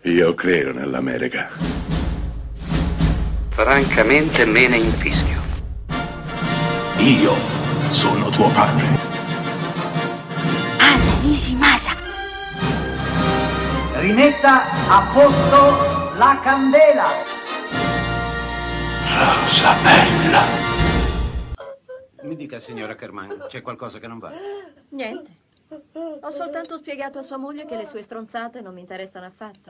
Io credo nell'America. Francamente me ne infischio. Io sono tuo padre. Anna Nishimasa. Rimetta a posto la candela. Rosa bella. Mi dica, signora Kerman, c'è qualcosa che non va? Niente. Ho soltanto spiegato a sua moglie che le sue stronzate non mi interessano affatto.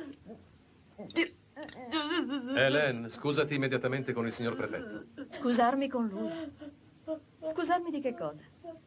Hélène, scusati immediatamente con il signor prefetto. Scusarmi con lui? Scusarmi di che cosa?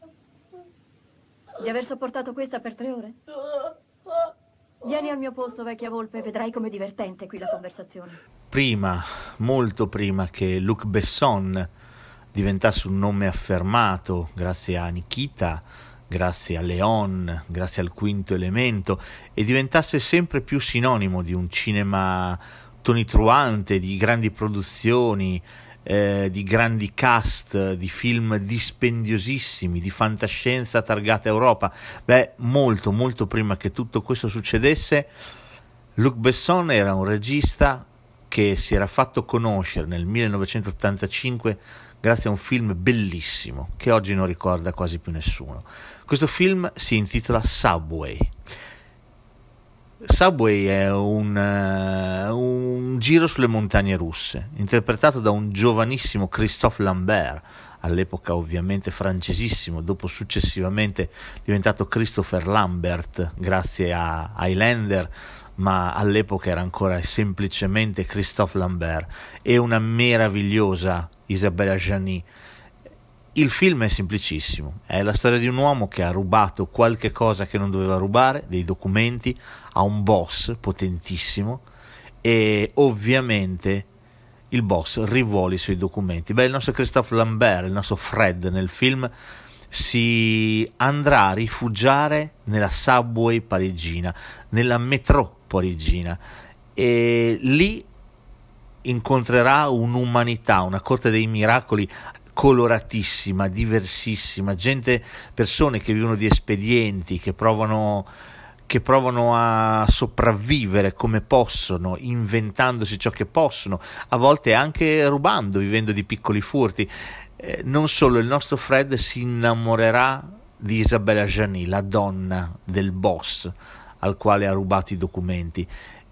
Di aver sopportato questa per 3 ore? Vieni al mio posto, vecchia volpe, e vedrai com'è divertente qui la conversazione. Prima, molto prima che Luc Besson diventasse un nome affermato, grazie a Nikita, grazie a Léon, grazie al Quinto Elemento, e diventasse sempre più sinonimo di un cinema tonitruante, di grandi produzioni, di grandi cast, di film dispendiosissimi, di fantascienza targata Europa. Molto molto prima che tutto questo succedesse, Luc Besson era un regista che si era fatto conoscere nel 1985 grazie a un film bellissimo che oggi non ricorda quasi più nessuno. Questo film si intitola Subway. Subway è un giro sulle montagne russe, interpretato da un giovanissimo Christophe Lambert, all'epoca ovviamente francesissimo, dopo successivamente diventato Christopher Lambert grazie a Highlander, ma all'epoca era ancora semplicemente Christophe Lambert, e una meravigliosa Isabella Gianni. Il film è semplicissimo, è la storia di un uomo che ha rubato qualche cosa che non doveva rubare, dei documenti, a un boss potentissimo, e ovviamente il boss rivuole i suoi documenti. Il nostro Christophe Lambert, il nostro Fred nel film, si andrà a rifugiare nella subway parigina, nella metro parigina, e lì incontrerà un'umanità, una corte dei miracoli coloratissima, diversissima, persone che vivono di espedienti, che provano a sopravvivere come possono, inventandosi ciò che possono, a volte anche rubando, vivendo di piccoli furti. Non solo, il nostro Fred si innamorerà di Isabella Gianni, la donna del boss al quale ha rubato i documenti,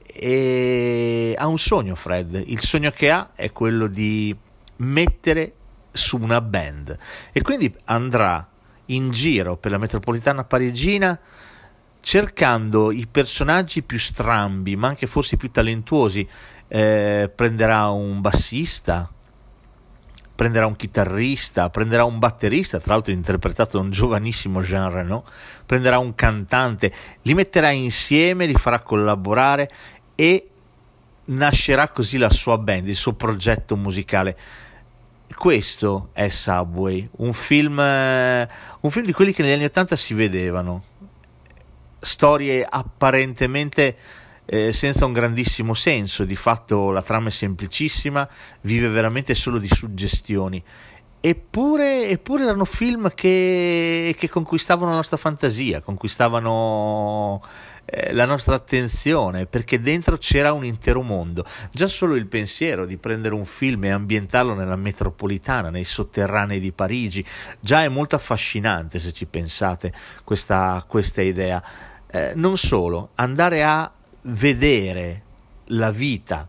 e ha un sogno. Fred, il sogno che ha è quello di mettere su una band, e quindi andrà in giro per la metropolitana parigina cercando i personaggi più strambi, ma anche forse più talentuosi. Prenderà un bassista, prenderà un chitarrista, prenderà un batterista, tra l'altro interpretato da un giovanissimo Jean Reno, prenderà un cantante, li metterà insieme, li farà collaborare, e nascerà così la sua band, il suo progetto musicale. Questo è Subway, un film di quelli che negli anni '80 si vedevano, storie apparentemente senza un grandissimo senso. Di fatto la trama è semplicissima, vive veramente solo di suggestioni, eppure erano film che conquistavano la nostra fantasia, conquistavano la nostra attenzione, perché dentro c'era un intero mondo. Già solo il pensiero di prendere un film e ambientarlo nella metropolitana, nei sotterranei di Parigi, già è molto affascinante, se ci pensate, questa idea. Non solo, andare a vedere la vita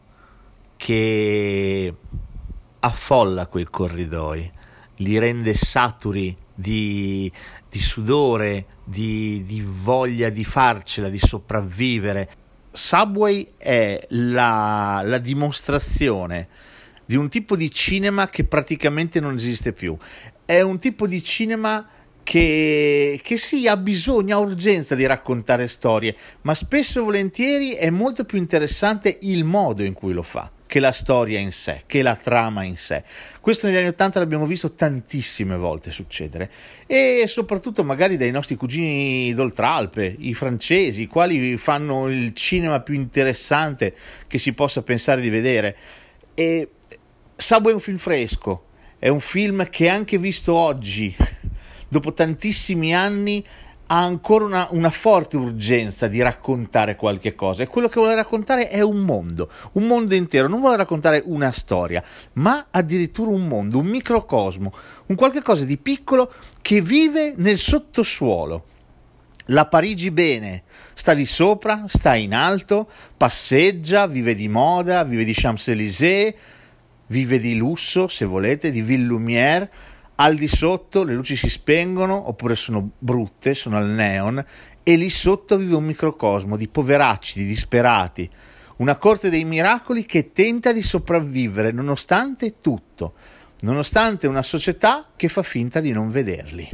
che affolla quei corridoi, li rende saturi di sudore, di voglia di farcela, di sopravvivere. Subway è la dimostrazione di un tipo di cinema che praticamente non esiste più. È un tipo di cinema che sì, ha bisogno, ha urgenza di raccontare storie, ma spesso e volentieri è molto più interessante il modo in cui lo fa che la storia in sé, che la trama in sé. Questo negli anni '80 l'abbiamo visto tantissime volte succedere, e soprattutto magari dai nostri cugini d'Oltralpe, i francesi, i quali fanno il cinema più interessante che si possa pensare di vedere. E Subway è un film fresco, è un film che anche visto oggi, dopo tantissimi anni, ha ancora una forte urgenza di raccontare qualche cosa, e quello che vuole raccontare è un mondo intero, non vuole raccontare una storia, ma addirittura un mondo, un microcosmo, un qualche cosa di piccolo che vive nel sottosuolo. La Parigi bene, sta di sopra, sta in alto, passeggia, vive di moda, vive di Champs-Élysées, vive di lusso, se volete, di ville lumière. Al di sotto le luci si spengono oppure sono brutte, sono al neon, e lì sotto vive un microcosmo di poveracci, di disperati, una corte dei miracoli che tenta di sopravvivere nonostante tutto, nonostante una società che fa finta di non vederli.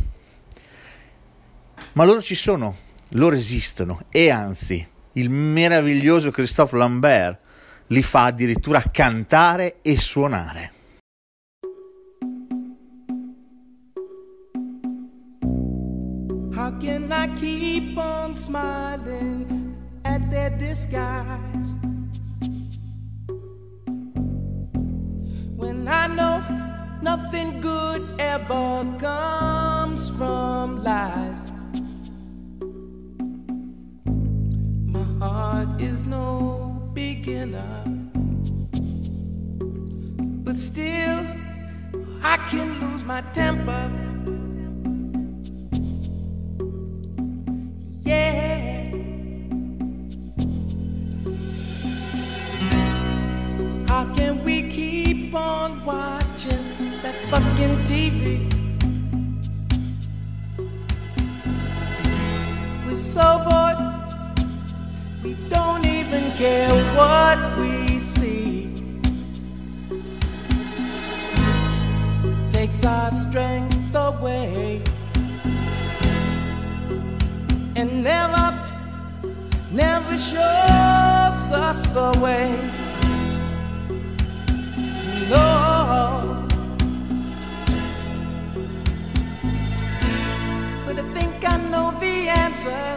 Ma loro ci sono, loro esistono, e anzi, il meraviglioso Christophe Lambert li fa addirittura cantare e suonare. How can I keep on smiling at their disguise when I know nothing good ever comes from lies? My heart is no beginner, but still I can lose my temper. Yeah. How can we keep on watching that fucking TV? We're so bored, we don't even care what we see. Takes our strength away and never shows us the way. No, but I think I know the answer.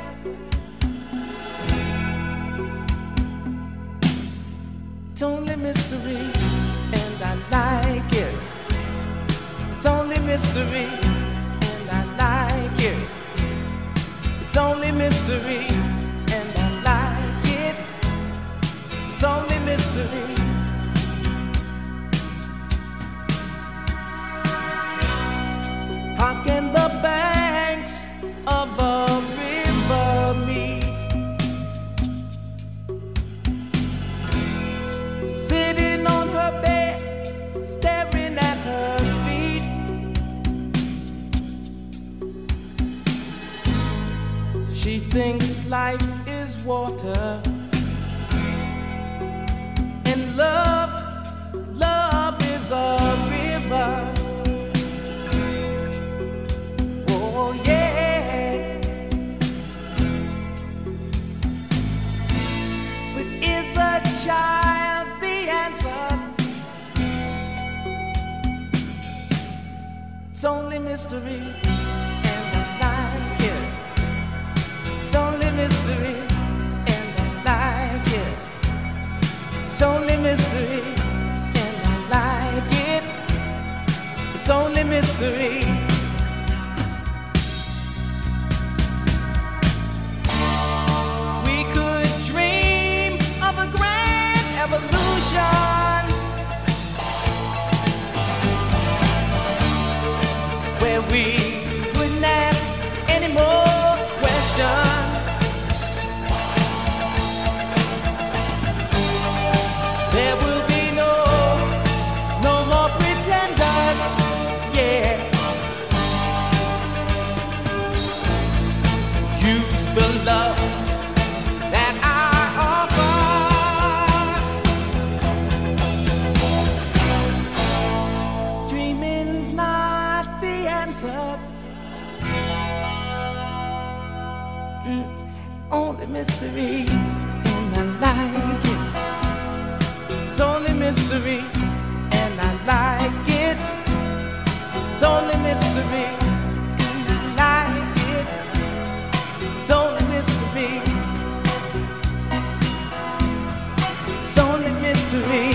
It's only mystery, and I like it. It's only mystery, and I like it. It's only mystery, and I like it. It's only mystery. How can the banks of a river meet? Sitting on her bed, staring at her feet. She thinks life is water, and love is a river. Oh yeah. But is a child the answer? It's only mystery, and I like it. It's only mystery, and I like it. It's only mystery, and I like it. It's only mystery. We could dream of a grand evolution where we wouldn't ask any more questions. There will be no more pretenders, yeah. Use the love that I offer. Dreaming's not the answer. Only mystery, and I like it. It's only mystery, and I like it. It's only mystery, and I like it. It's only mystery. It's only mystery.